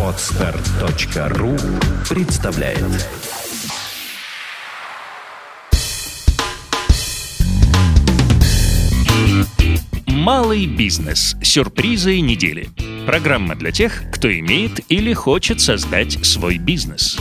Podster.ru представляет. Малый бизнес. Сюрпризы недели. Программа для тех, кто имеет или хочет создать свой бизнес.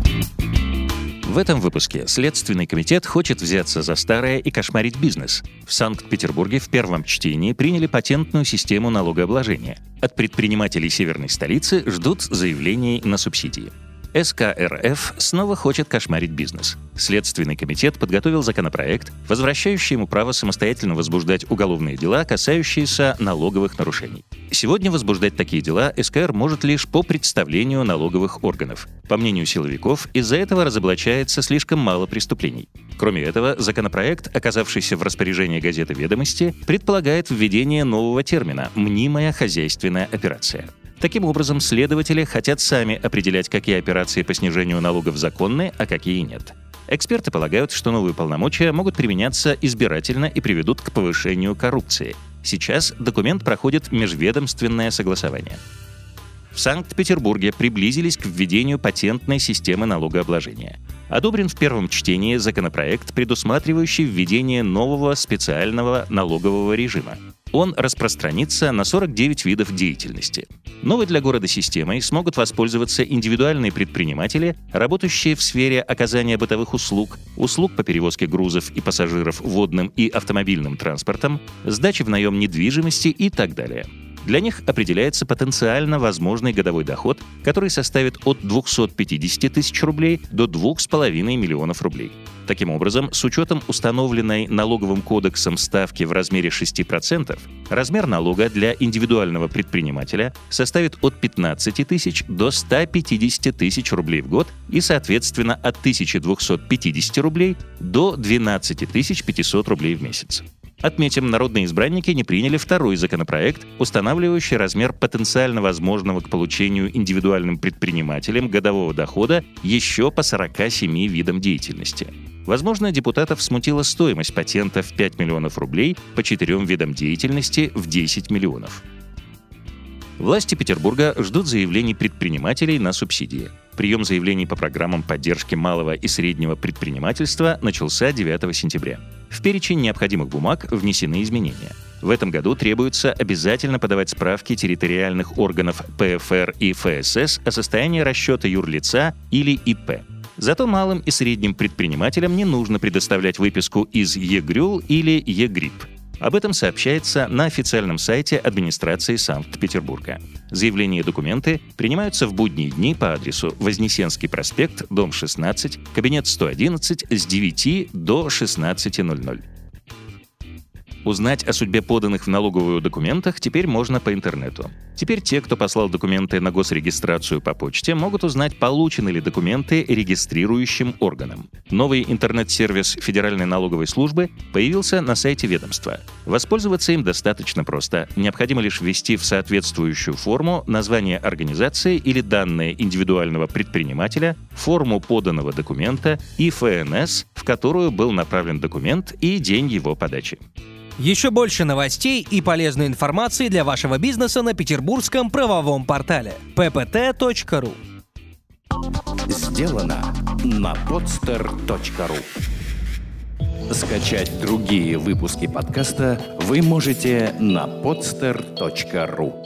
В этом выпуске Следственный комитет хочет взяться за старое и кошмарить бизнес. В Санкт-Петербурге в первом чтении приняли патентную систему налогообложения. От предпринимателей северной столицы ждут заявлений на субсидии. СК РФ снова хочет кошмарить бизнес. Следственный комитет подготовил законопроект, возвращающий ему право самостоятельно возбуждать уголовные дела, касающиеся налоговых нарушений. Сегодня возбуждать такие дела СКР может лишь по представлению налоговых органов. По мнению силовиков, из-за этого разоблачается слишком мало преступлений. Кроме этого, законопроект, оказавшийся в распоряжении газеты «Ведомости», предполагает введение нового термина «мнимая хозяйственная операция». Таким образом, следователи хотят сами определять, какие операции по снижению налогов законны, а какие нет. Эксперты полагают, что новые полномочия могут применяться избирательно и приведут к повышению коррупции. Сейчас документ проходит межведомственное согласование. В Санкт-Петербурге приблизились к введению патентной системы налогообложения. Одобрен в первом чтении законопроект, предусматривающий введение нового специального налогового режима. Он распространится на 49 видов деятельности. Новой для города системой смогут воспользоваться индивидуальные предприниматели, работающие в сфере оказания бытовых услуг, услуг по перевозке грузов и пассажиров водным и автомобильным транспортом, сдачи в наем недвижимости и так далее. Для них определяется потенциально возможный годовой доход, который составит от 250 тысяч рублей до 2,5 миллионов рублей. Таким образом, с учетом установленной налоговым кодексом ставки в размере 6%, размер налога для индивидуального предпринимателя составит от 15 тысяч до 150 тысяч рублей в год и, соответственно, от 1250 рублей до 12 500 рублей в месяц. Отметим, народные избранники не приняли второй законопроект, устанавливающий размер потенциально возможного к получению индивидуальным предпринимателям годового дохода еще по 47 видам деятельности. Возможно, депутатов смутила стоимость патента в 5 миллионов рублей по 4 видам деятельности в 10 миллионов. Власти Петербурга ждут заявлений предпринимателей на субсидии. Прием заявлений по программам поддержки малого и среднего предпринимательства начался 9 сентября. В перечень необходимых бумаг внесены изменения. В этом году требуется обязательно подавать справки территориальных органов ПФР и ФСС о состоянии расчета юрлица или ИП. Зато малым и средним предпринимателям не нужно предоставлять выписку из ЕГРЮЛ или ЕГРИП. Об этом сообщается на официальном сайте администрации Санкт-Петербурга. Заявления и документы принимаются в будние дни по адресу Вознесенский проспект, дом 16, кабинет 111 с 9 до 16:00. Узнать о судьбе поданных в налоговую документах теперь можно по интернету. Теперь те, кто послал документы на госрегистрацию по почте, могут узнать, получены ли документы регистрирующим органом. Новый интернет-сервис Федеральной налоговой службы появился на сайте ведомства. Воспользоваться им достаточно просто. Необходимо лишь ввести в соответствующую форму название организации или данные индивидуального предпринимателя, форму поданного документа и ФНС, в которую был направлен документ, и день его подачи. Еще больше новостей и полезной информации для вашего бизнеса на петербургском правовом портале ppt.ru. Сделано на Podster.ru. Скачать другие выпуски подкаста вы можете на Podster.ru.